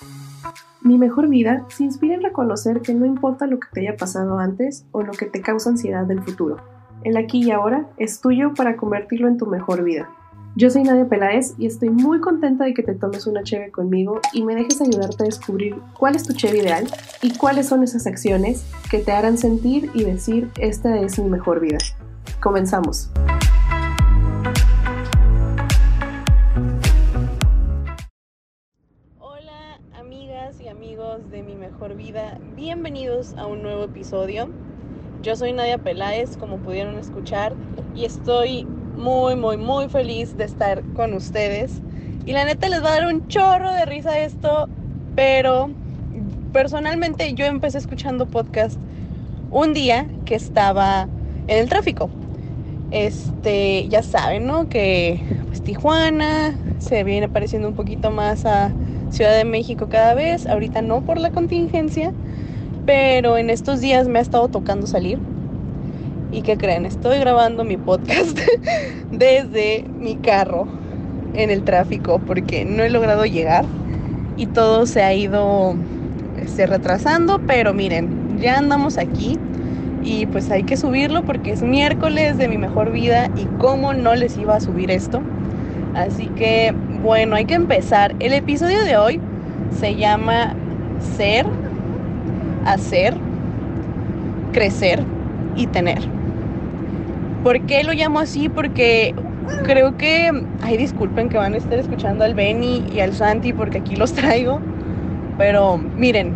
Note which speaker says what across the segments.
Speaker 1: Mi mejor vida se inspira en reconocer que no importa lo que te haya pasado antes o lo que te causa ansiedad del futuro. El aquí y ahora es tuyo para convertirlo en tu mejor vida. Yo soy Nadia Peláez y estoy muy contenta de que te tomes una cheve conmigo y me dejes ayudarte a descubrir cuál es tu cheve ideal y cuáles son esas acciones que te harán sentir y decir esta es mi mejor vida. Comenzamos.
Speaker 2: Hola amigas y amigos de Mi Mejor Vida, bienvenidos a un nuevo episodio. Yo soy Nadia Peláez, como pudieron escuchar, y estoy muy feliz de estar con ustedes. Y la neta les va a dar un chorro de risa esto, pero personalmente yo empecé escuchando podcast un día que estaba en el tráfico. Ya saben, ¿no? Que pues Tijuana se viene pareciendo un poquito más a Ciudad de México cada vez. Ahorita no por la contingencia, pero en estos días me ha estado tocando salir. ¿Y qué creen? Estoy grabando mi podcast desde mi carro en el tráfico porque no he logrado llegar y todo se ha ido retrasando, pero miren, ya andamos aquí. Y pues hay que subirlo porque es miércoles de Mi Mejor Vida y cómo no les iba a subir esto. Así que bueno, hay que empezar. El episodio de hoy se llama Ser, Hacer, Crecer y Tener. ¿Por qué lo llamo así? Porque creo que, disculpen que van a estar escuchando al Benny y al Santi porque aquí los traigo. Pero miren,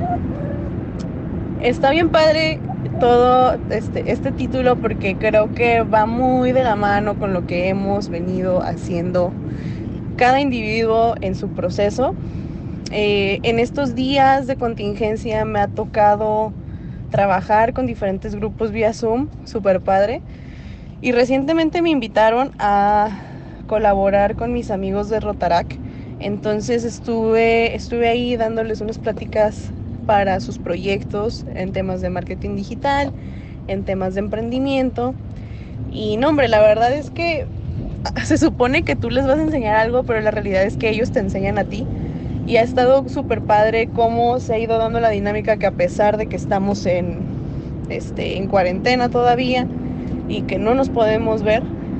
Speaker 2: está bien padre todo este título porque creo que va muy de la mano con lo que hemos venido haciendo cada individuo en su proceso. En estos días de contingencia me ha tocado trabajar con diferentes grupos vía Zoom, súper padre. Y recientemente me invitaron a colaborar con mis amigos de Rotarac. Entonces estuve ahí dándoles unas pláticas para sus proyectos en temas de marketing digital, en temas de emprendimiento. Y no, hombre, la verdad es que se supone que tú les vas a enseñar algo, pero la realidad es que ellos te enseñan a ti. Y ha estado súper padre cómo se ha ido dando la dinámica que a pesar de que estamos en cuarentena todavía y que no nos podemos ver,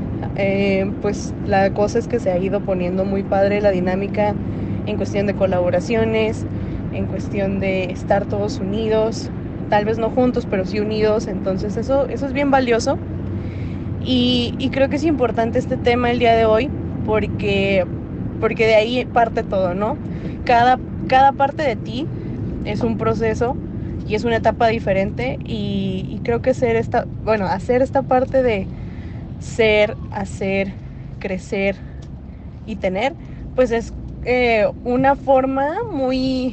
Speaker 2: pues la cosa es que se ha ido poniendo muy padre la dinámica en cuestión de colaboraciones, en cuestión de estar todos unidos, tal vez no juntos, pero sí unidos. Entonces eso es bien valioso y creo que es importante este tema el día de hoy porque de ahí parte todo, ¿no? Cada parte de ti es un proceso y es una etapa diferente y creo que hacer esta parte de ser, hacer, crecer y tener, pues es una forma muy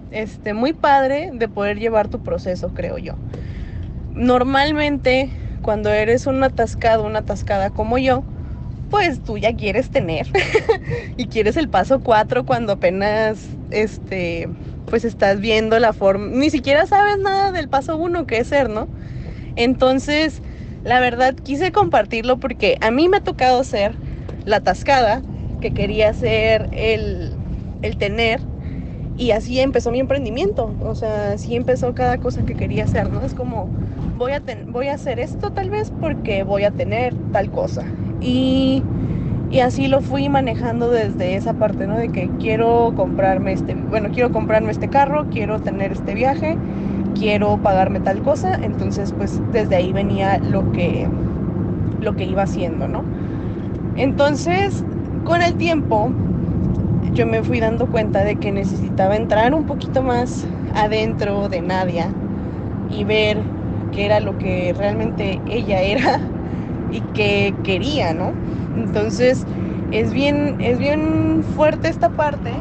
Speaker 2: padre de poder llevar tu proceso, creo yo. Normalmente, cuando eres un atascado, una atascada como yo, pues tú ya quieres tener y quieres el paso 4 cuando apenas pues estás viendo la forma, ni siquiera sabes nada del paso 1 que es ser, ¿no? Entonces, la verdad quise compartirlo porque a mí me ha tocado ser la atascada que quería ser el tener, y así empezó mi emprendimiento. O sea, así empezó cada cosa que quería hacer, ¿no? Es como, voy a hacer esto tal vez porque voy a tener tal cosa. Y así lo fui manejando desde esa parte, ¿no? De que quiero comprarme este carro, quiero tener este viaje, quiero pagarme tal cosa. Entonces, pues desde ahí venía lo que iba haciendo, ¿no? Entonces, con el tiempo, yo me fui dando cuenta de que necesitaba entrar un poquito más adentro de Nadia y ver qué era lo que realmente ella era y qué quería, ¿no? Entonces es bien fuerte esta parte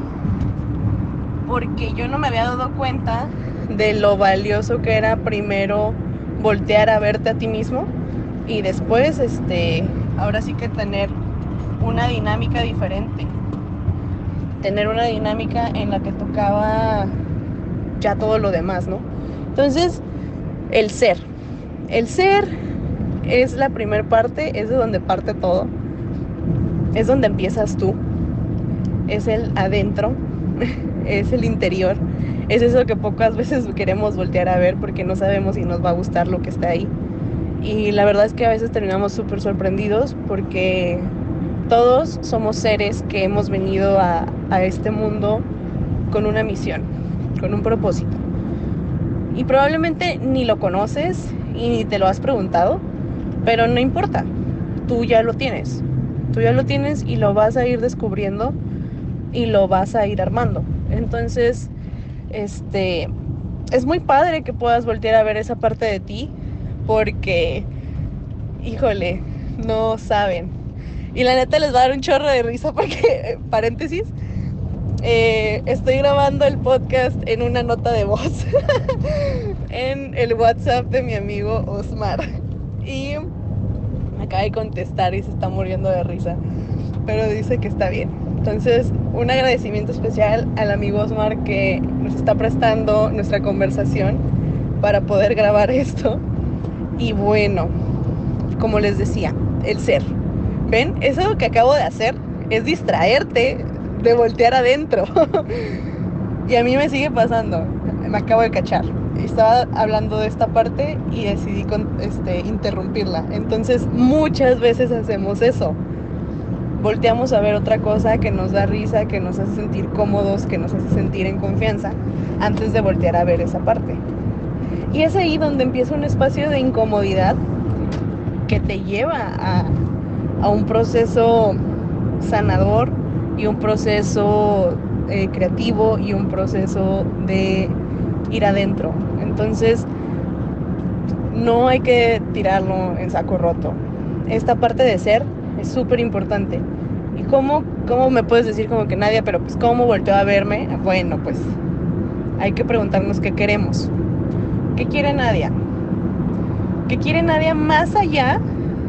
Speaker 2: porque yo no me había dado cuenta de lo valioso que era primero voltear a verte a ti mismo y después ahora sí que tener una dinámica diferente, tener una dinámica en la que tocaba ya todo lo demás, ¿no? Entonces, el ser es la primer parte, es de donde parte todo, es donde empiezas tú, es el adentro. es el interior. Es eso que pocas veces queremos voltear a ver porque no sabemos si nos va a gustar lo que está ahí. Y la verdad es que a veces terminamos súper sorprendidos porque todos somos seres que hemos venido a este mundo con una misión, con un propósito. Y probablemente ni lo conoces y ni te lo has preguntado, pero no importa, tú ya lo tienes. Tú ya lo tienes y lo vas a ir descubriendo y lo vas a ir armando. Entonces, es muy padre que puedas voltear a ver esa parte de ti porque, híjole, no saben. Y la neta les va a dar un chorro de risa porque, paréntesis, estoy grabando el podcast en una nota de voz en el WhatsApp de mi amigo Osmar. Y me acaba de contestar y se está muriendo de risa, pero dice que está bien. Entonces, un agradecimiento especial al amigo Osmar que nos está prestando nuestra conversación para poder grabar esto. Y bueno, como les decía, el ser. ¿Ven? Eso que acabo de hacer es distraerte de voltear adentro. Y a mí me sigue pasando. Me acabo de cachar. Estaba hablando de esta parte y decidí interrumpirla. Entonces, muchas veces hacemos eso. Volteamos a ver otra cosa que nos da risa, que nos hace sentir cómodos, que nos hace sentir en confianza, antes de voltear a ver esa parte. Y es ahí donde empieza un espacio de incomodidad que te lleva a un proceso sanador y un proceso creativo y un proceso de ir adentro. Entonces, no hay que tirarlo en saco roto. Esta parte de ser es súper importante. ¿Y cómo me puedes decir como que Nadia, pero pues cómo volteó a verme? Bueno, pues hay que preguntarnos qué queremos. ¿Qué quiere Nadia? ¿Qué quiere Nadia más allá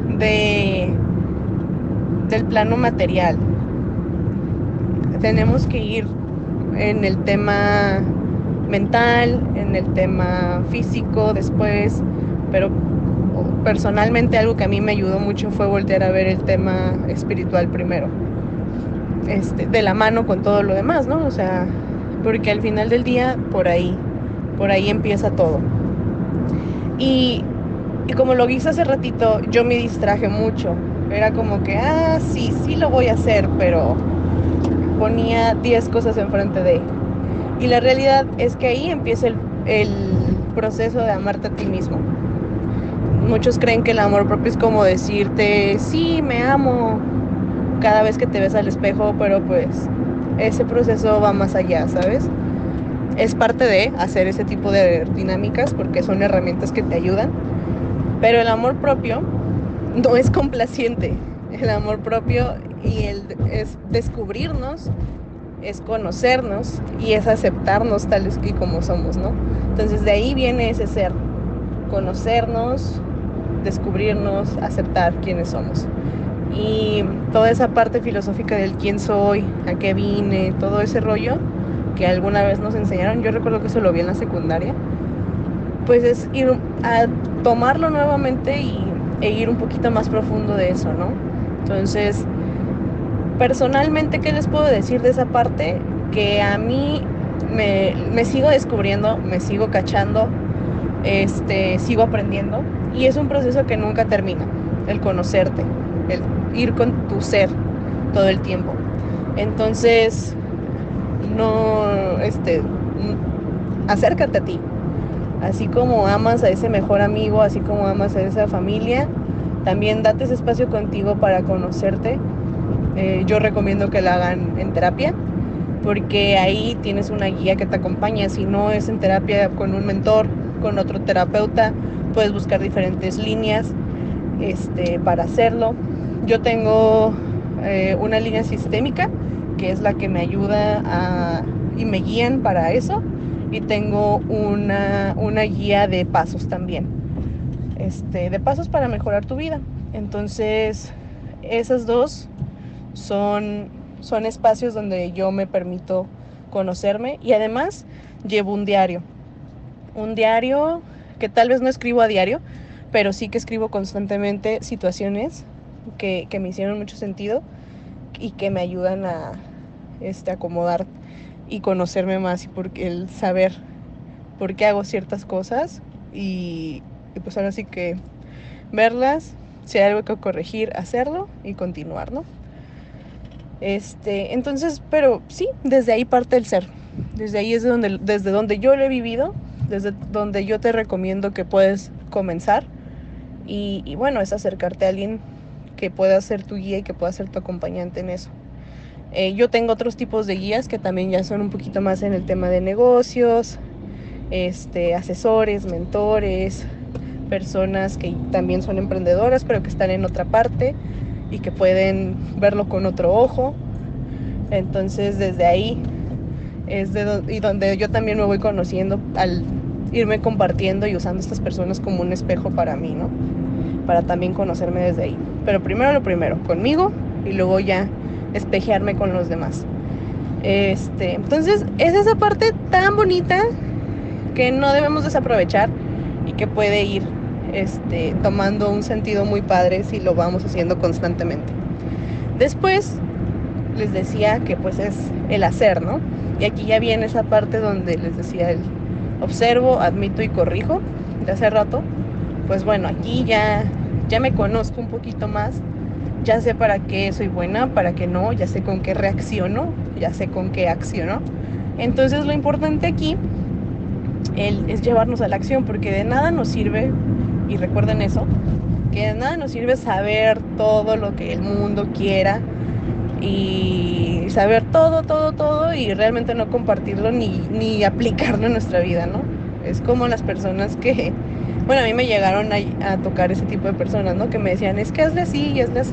Speaker 2: del plano material? Tenemos que ir en el tema mental, en el tema físico después, pero personalmente algo que a mí me ayudó mucho fue voltear a ver el tema espiritual primero, de la mano con todo lo demás, ¿no? O sea, porque al final del día por ahí empieza todo. Y como lo hice hace ratito, yo me distraje mucho. Era como que, sí lo voy a hacer, pero ponía 10 cosas enfrente de. Y la realidad es que ahí empieza el proceso de amarte a ti mismo. Muchos creen que el amor propio es como decirte, sí, me amo, cada vez que te ves al espejo, pero pues ese proceso va más allá, ¿sabes? Es parte de hacer ese tipo de dinámicas porque son herramientas que te ayudan, pero el amor propio no es complaciente. El amor propio es descubrirnos, es conocernos y es aceptarnos tales y como somos, ¿no? Entonces de ahí viene ese ser, conocernos, descubrirnos, aceptar quiénes somos. Y toda esa parte filosófica del quién soy, a qué vine, todo ese rollo que alguna vez nos enseñaron, yo recuerdo que eso lo vi en la secundaria, pues es ir a tomarlo nuevamente e ir un poquito más profundo de eso, ¿no? Entonces, personalmente, ¿qué les puedo decir de esa parte? Que a mí me sigo descubriendo, me sigo cachando, sigo aprendiendo y es un proceso que nunca termina, el conocerte, el ir con tu ser todo el tiempo. Entonces, acércate a ti, así como amas a ese mejor amigo, así como amas a esa familia, también date ese espacio contigo para conocerte. Yo recomiendo que la hagan en terapia, porque ahí tienes una guía que te acompaña. Si no es en terapia con un mentor, con otro terapeuta, puedes buscar diferentes líneas para hacerlo. Yo tengo una línea sistémica, que es la que me ayuda y me guían para eso, y tengo una guía de pasos también, de pasos para mejorar tu vida. Entonces, esas dos son espacios donde yo me permito conocerme y además llevo un diario que tal vez no escribo a diario, pero sí que escribo constantemente situaciones que me hicieron mucho sentido y que me ayudan a acomodar y conocerme más, y porque el saber por qué hago ciertas cosas y pues ahora sí que verlas, si hay algo que corregir, hacerlo y continuar, ¿no? Entonces, pero sí, desde ahí parte el ser. Desde ahí es desde donde yo lo he vivido, desde donde yo te recomiendo que puedes comenzar. Y bueno, es acercarte a alguien que pueda ser tu guía y que pueda ser tu acompañante en eso. Yo tengo otros tipos de guías que también ya son un poquito más en el tema de negocios, asesores, mentores, personas que también son emprendedoras, pero que están en otra parte y que pueden verlo con otro ojo. Entonces, desde ahí es donde yo también me voy conociendo al irme compartiendo y usando estas personas como un espejo para mí, ¿no? Para también conocerme desde ahí. Pero primero lo primero, conmigo, y luego ya espejearme con los demás. Entonces, es esa parte tan bonita que no debemos desaprovechar y que puede ir tomando un sentido muy padre si lo vamos haciendo constantemente. Después les decía que pues es el hacer, ¿no? Y aquí ya viene esa parte donde les decía el observo, admito y corrijo de hace rato. Pues bueno, aquí ya me conozco un poquito más, ya sé para qué soy buena, para qué no, ya sé con qué reacciono, ya sé con qué acciono. Entonces lo importante aquí es llevarnos a la acción, porque de nada nos sirve, y recuerden eso, que de nada nos sirve saber todo lo que el mundo quiera y saber todo y realmente no compartirlo ni aplicarlo en nuestra vida, ¿no? Es como las personas que, bueno, a mí me llegaron a tocar ese tipo de personas, ¿no? Que me decían, es que hazle así y hazle así.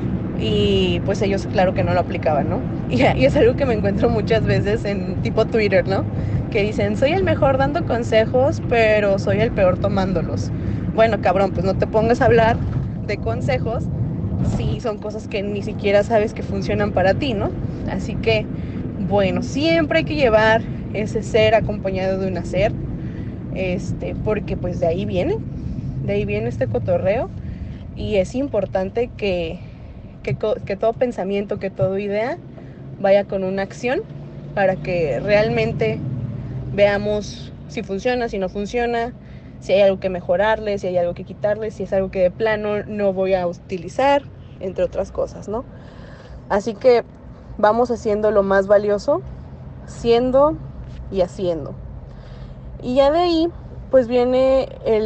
Speaker 2: Y pues ellos claro que no lo aplicaban, ¿no? Y es algo que me encuentro muchas veces en tipo Twitter, ¿no? Que dicen, soy el mejor dando consejos, pero soy el peor tomándolos. Bueno, cabrón, pues no te pongas a hablar de consejos si son cosas que ni siquiera sabes que funcionan para ti, ¿no? Así que, bueno, siempre hay que llevar ese ser acompañado de un hacer, porque pues de ahí viene este cotorreo, y es importante que todo pensamiento, que toda idea vaya con una acción para que realmente veamos si funciona, si no funciona, si hay algo que mejorarle, si hay algo que quitarle, si es algo que de plano no voy a utilizar, entre otras cosas, ¿no? Así que vamos haciendo lo más valioso, siendo y haciendo. Y ya de ahí, pues viene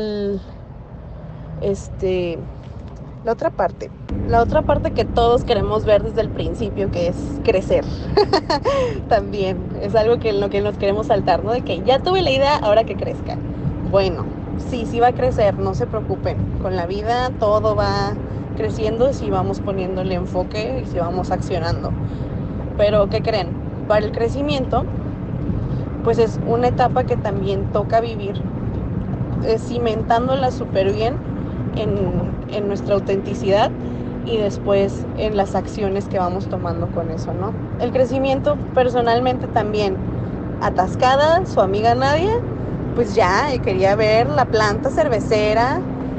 Speaker 2: la otra parte que todos queremos ver desde el principio, que es crecer. También es algo que en lo que nos queremos saltar, ¿no? De que ya tuve la idea, ahora que crezca. Bueno, sí va a crecer, no se preocupen. Con la vida todo va creciendo si vamos poniéndole enfoque y si vamos accionando. Pero, ¿qué creen? Para el crecimiento, pues es una etapa que también toca vivir, cimentándola súper bien en nuestra autenticidad y después en las acciones que vamos tomando con eso, ¿no? El crecimiento, personalmente también, atascada, su amiga Nadia, pues ya quería ver la planta cervecera,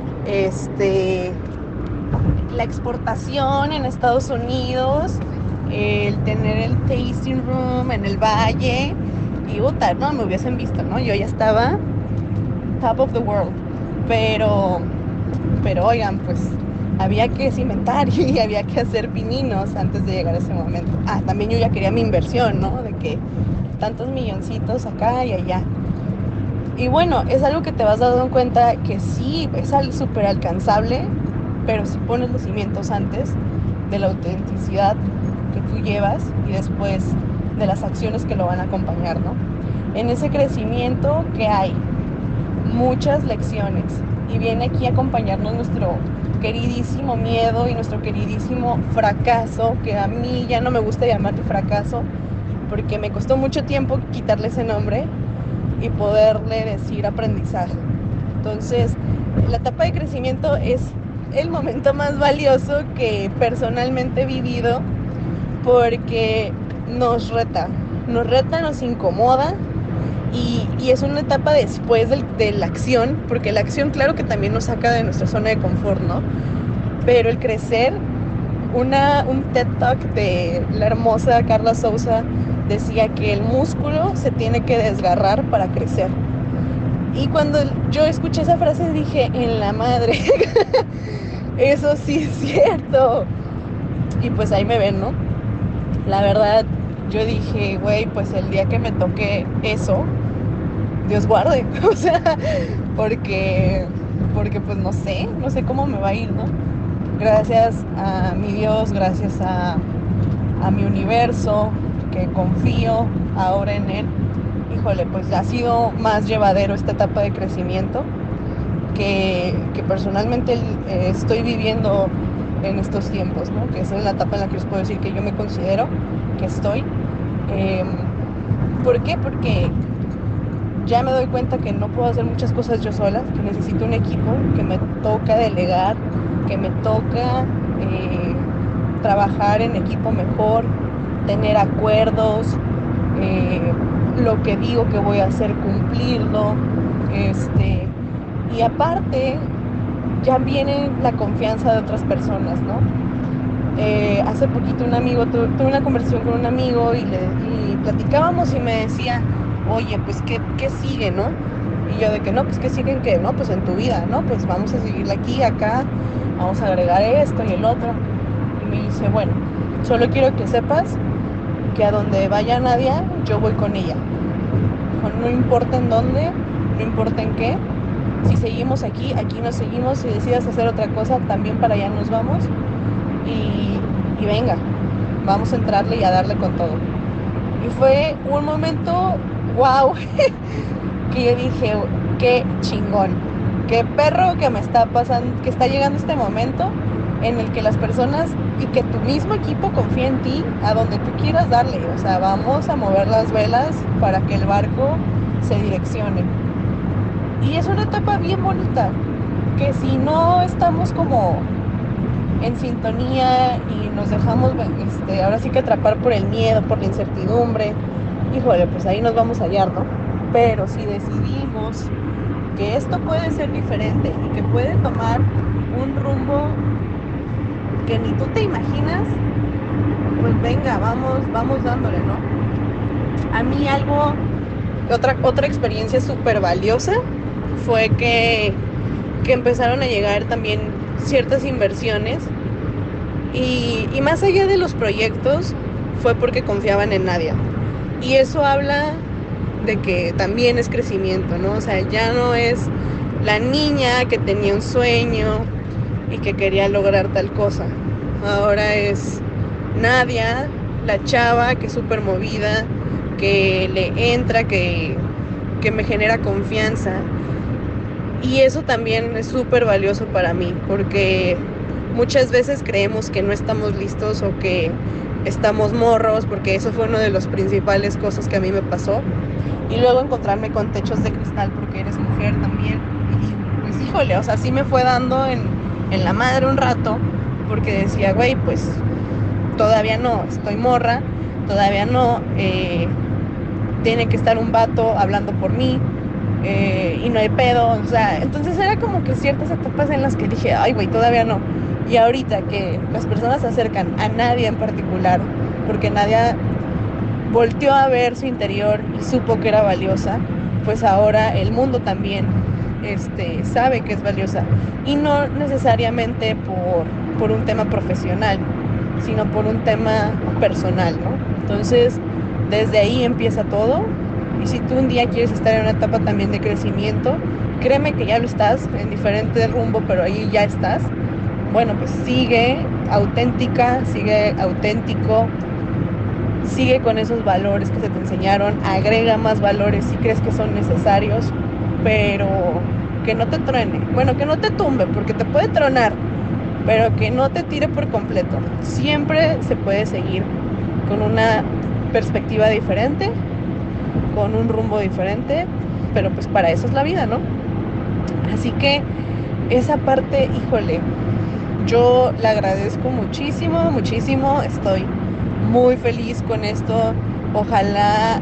Speaker 2: la exportación en Estados Unidos, el tener el tasting room en el valle, y no me hubiesen visto, ¿no? Yo ya estaba top of the world, pero oigan, pues había que cimentar y había que hacer pininos antes de llegar a ese momento. También yo ya quería mi inversión, ¿no? De que tantos milloncitos acá y allá. Y bueno, es algo que te vas dando cuenta que sí, es algo súper alcanzable, pero si pones los cimientos antes de la autenticidad que tú llevas y después de las acciones que lo van a acompañar, ¿no? En ese crecimiento que hay muchas lecciones, y viene aquí a acompañarnos nuestro queridísimo miedo y nuestro queridísimo fracaso, que a mí ya no me gusta llamarle fracaso porque me costó mucho tiempo quitarle ese nombre y poderle decir aprendizaje. Entonces, la etapa de crecimiento es el momento más valioso que personalmente he vivido, porque nos reta, nos incomoda, y es una etapa después de la acción, porque la acción claro que también nos saca de nuestra zona de confort, ¿no? Pero el crecer, un TED Talk de la hermosa Carla Souza decía que el músculo se tiene que desgarrar para crecer. Y cuando yo escuché esa frase dije, en la madre, eso sí es cierto. Y pues ahí me ven, ¿no? La verdad, yo dije, güey, pues el día que me toque eso, Dios guarde, o sea, porque pues no sé cómo me va a ir, ¿no? Gracias a mi Dios, gracias a mi universo, que confío ahora en él, híjole, pues ha sido más llevadero esta etapa de crecimiento que personalmente estoy viviendo en estos tiempos, ¿no? Que esa es la etapa en la que les puedo decir que yo me considero que estoy. Eh, ¿Por qué? Porque ya me doy cuenta que no puedo hacer muchas cosas yo sola, que necesito un equipo, que me toca delegar, que me toca trabajar en equipo mejor, tener acuerdos, lo que digo que voy a hacer, cumplirlo, y aparte ya viene la confianza de otras personas, ¿no? Hace poquito tuve una conversación con un amigo y platicábamos y me decía, oye, pues ¿qué sigue, no? Y yo de que no, pues ¿qué sigue en qué? No, pues en tu vida, ¿no? Pues vamos a seguirle aquí, acá, vamos a agregar esto y el otro. Y me dice, bueno, solo quiero que sepas que a donde vaya Nadia, yo voy con ella. No importa en dónde, no importa en qué. Si seguimos aquí, aquí nos seguimos. Si decidas hacer otra cosa, también para allá nos vamos. Y venga, vamos a entrarle y a darle con todo. Y fue un momento, wow, que yo dije, qué chingón, qué perro que me está pasando, que está llegando este momento en el que las personas y que tu mismo equipo confía en ti a donde tú quieras darle. O sea, vamos a mover las velas para que el barco se direccione. Y es una etapa bien bonita, que si no estamos como en sintonía y nos dejamos ahora sí que atrapar por el miedo, por la incertidumbre, híjole, pues ahí nos vamos a hallar, ¿no? Pero si decidimos que esto puede ser diferente y que puede tomar un rumbo que ni tú te imaginas, pues venga, vamos dándole, ¿no? A mí otra experiencia súper valiosa fue que empezaron a llegar también ciertas inversiones y más allá de los proyectos fue porque confiaban en Nadia, y eso habla de que también es crecimiento, ¿no? O sea, ya no es la niña que tenía un sueño y que quería lograr tal cosa, ahora es Nadia, la chava que es súper movida, que le entra, que me genera confianza. Y eso también es súper valioso para mí, porque muchas veces creemos que no estamos listos o que estamos morros, porque eso fue una de las principales cosas que a mí me pasó. Y luego encontrarme con techos de cristal porque eres mujer también. Y pues híjole, o sea, sí me fue dando en la madre un rato, porque decía, güey, pues todavía no, estoy morra, todavía no, tiene que estar un vato hablando por mí. Y no hay pedo, o sea, entonces era como que ciertas etapas en las que dije, ay güey, todavía no. Y ahorita que las personas se acercan a Nadia en particular, porque Nadia volteó a ver su interior y supo que era valiosa, pues ahora el mundo también sabe que es valiosa, y no necesariamente por un tema profesional, sino por un tema personal, ¿no? Entonces, desde ahí empieza todo. Y si tú un día quieres estar en una etapa también de crecimiento, créeme que ya lo estás, en diferente rumbo, pero ahí ya estás. Bueno, pues sigue auténtica, sigue auténtico, sigue con esos valores que se te enseñaron, agrega más valores si crees que son necesarios, pero que no te truene, bueno, que no te tumbe, porque te puede tronar, pero que no te tire por completo. Siempre se puede seguir con una perspectiva diferente, con un rumbo diferente, pero pues para eso es la vida, ¿no? Así que esa parte, híjole, yo la agradezco muchísimo, muchísimo, estoy muy feliz con esto, ojalá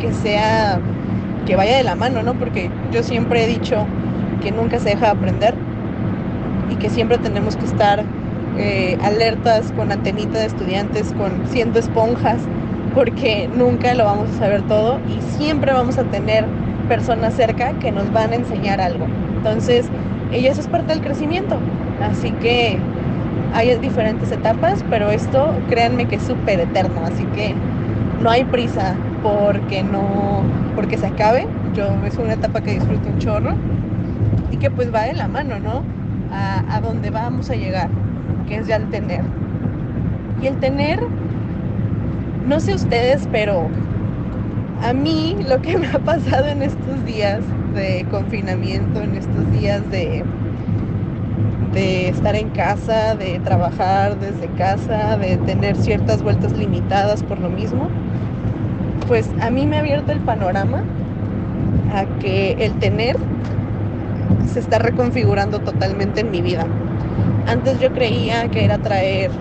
Speaker 2: que vaya de la mano, ¿no? Porque yo siempre he dicho que nunca se deja de aprender y que siempre tenemos que estar alertas, con antenita de estudiantes, siendo esponjas porque nunca lo vamos a saber todo y siempre vamos a tener personas cerca que nos van a enseñar algo. Entonces, eso es parte del crecimiento. Así que hay diferentes etapas, pero esto, créanme que es súper eterno, así que no hay prisa porque se acabe. Es una etapa que disfruto un chorro y que pues va de la mano, ¿no? A donde vamos a llegar, que es ya el tener. Y el tener, no sé ustedes, pero a mí lo que me ha pasado en estos días de confinamiento, en estos días de estar en casa, de trabajar desde casa, de tener ciertas vueltas limitadas por lo mismo, pues a mí me ha abierto el panorama a que el tener se está reconfigurando totalmente en mi vida. Antes yo creía que era traer,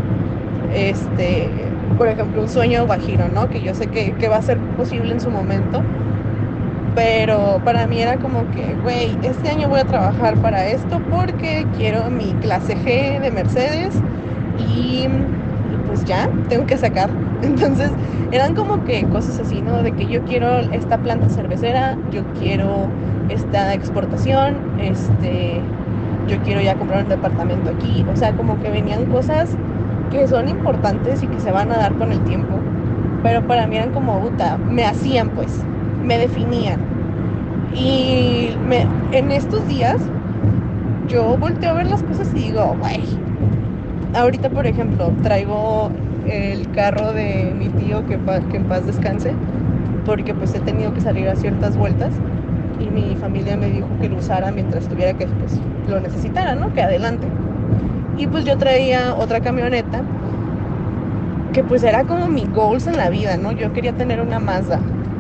Speaker 2: por ejemplo, un sueño guajiro, ¿no? Que yo sé que va a ser posible en su momento, pero para mí era como que, güey, este año voy a trabajar para esto porque quiero mi clase G de Mercedes y pues ya, tengo que sacar. Entonces eran como que cosas así, ¿no? De que yo quiero esta planta cervecera, yo quiero esta exportación, yo quiero ya comprar un departamento aquí. O sea, como que venían cosas que son importantes y que se van a dar con el tiempo, pero para mí eran como, me hacían pues, me definían. Y en estos días yo volteo a ver las cosas y digo, güey, ahorita por ejemplo traigo el carro de mi tío que en paz descanse, porque pues he tenido que salir a ciertas vueltas y mi familia me dijo que lo usara mientras tuviera que pues lo necesitara, ¿no? Que adelante. Y pues yo traía otra camioneta que pues era como mi goals en la vida, ¿no? Yo quería tener una Mazda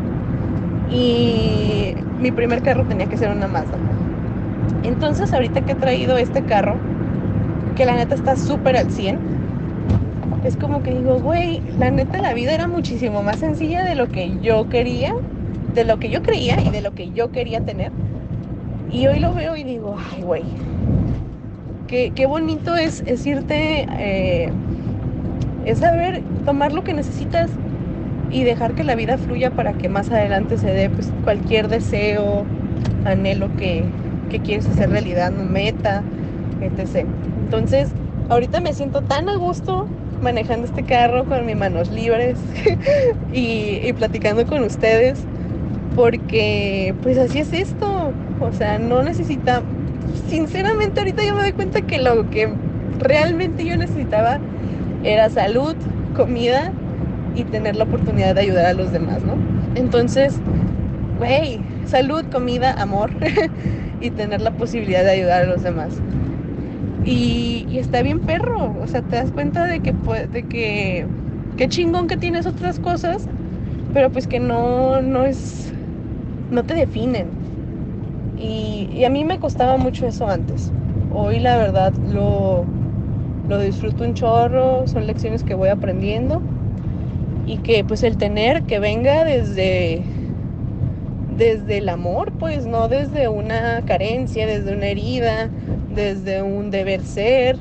Speaker 2: y mi primer carro tenía que ser una Mazda. Entonces ahorita que he traído este carro, que la neta está súper al 100, es como que digo, güey, la neta la vida era muchísimo más sencilla de lo que yo quería, de lo que yo creía y de lo que yo quería tener. Y hoy lo veo y digo, ay, güey, qué bonito es irte, es saber tomar lo que necesitas y dejar que la vida fluya para que más adelante se dé pues cualquier deseo, anhelo que quieres hacer realidad, meta, etc. Entonces, ahorita me siento tan a gusto manejando este carro con mis manos libres y platicando con ustedes, porque pues así es esto. O sea, no necesita, sinceramente ahorita yo me doy cuenta que lo que realmente yo necesitaba era salud, comida y tener la oportunidad de ayudar a los demás, ¿no? Entonces, güey, salud, comida, amor y tener la posibilidad de ayudar a los demás. Y está bien perro, o sea, te das cuenta de que qué chingón que tienes otras cosas, pero pues que no te definen. Y a mí me costaba mucho eso antes. Hoy la verdad lo disfruto un chorro, son lecciones que voy aprendiendo y que pues el tener que venga desde el amor, pues no desde una carencia, desde una herida, desde un deber ser,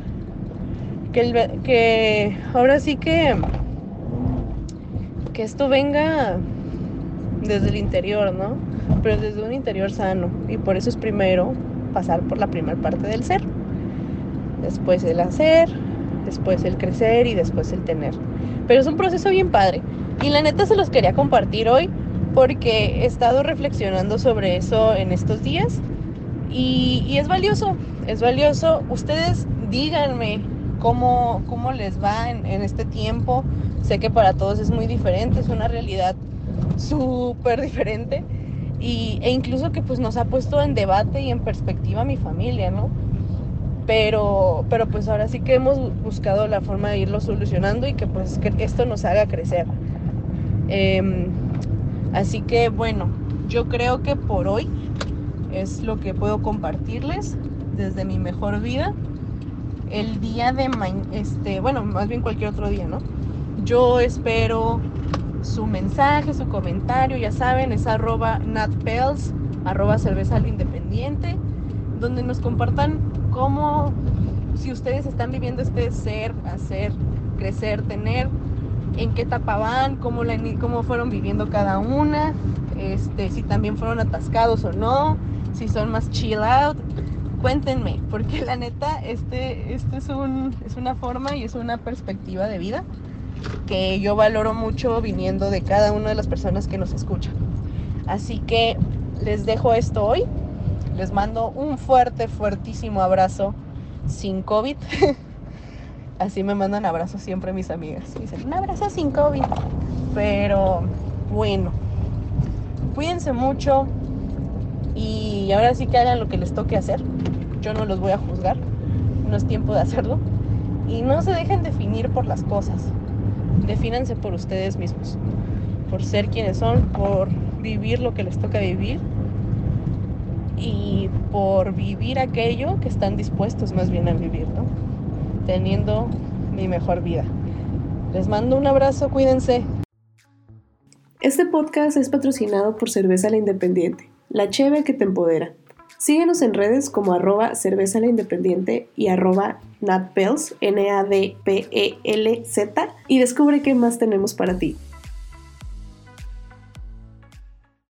Speaker 2: que ahora sí que esto venga desde el interior, ¿no? Pero desde un interior sano, y por eso es primero pasar por la primera parte del ser, después el hacer, después el crecer y después el tener. Pero es un proceso bien padre y la neta se los quería compartir hoy porque he estado reflexionando sobre eso en estos días y es valioso, es valioso. Ustedes díganme cómo les va en este tiempo. Sé que para todos es muy diferente, es una realidad súper diferente e incluso que pues nos ha puesto en debate y en perspectiva mi familia, ¿no? Pero pues ahora sí que hemos buscado la forma de irlo solucionando y que pues que esto nos haga crecer. Así que bueno, yo creo que por hoy es lo que puedo compartirles desde mi mejor vida. El día de mañana, bueno, más bien cualquier otro día, ¿no? Yo espero su mensaje, su comentario, ya saben, es @natpels, @cerveza al independiente, donde nos compartan cómo, si ustedes están viviendo este ser, hacer, crecer, tener, en qué etapa van, cómo fueron viviendo cada una, si también fueron atascados o no, si son más chill out. Cuéntenme, porque la neta, es una forma y es una perspectiva de vida que yo valoro mucho viniendo de cada una de las personas que nos escuchan. Así que les dejo esto hoy. Les mando un fuertísimo abrazo sin COVID. Así me mandan abrazos siempre mis amigas. Dicen, un abrazo sin COVID. Pero bueno, cuídense mucho y ahora sí que hagan lo que les toque hacer. Yo no los voy a juzgar. No es tiempo de hacerlo. Y no se dejen definir por las cosas. Defínanse por ustedes mismos. Por ser quienes son, por vivir lo que les toca vivir. Y por vivir aquello que están dispuestos más bien a vivir, ¿no? Teniendo mi mejor vida. Les mando un abrazo, cuídense.
Speaker 1: Este podcast es patrocinado por Cerveza La Independiente, la cheve que te empodera. Síguenos en redes como @cerveza la independiente y @nadpels, NADPELZ, y descubre qué más tenemos para ti.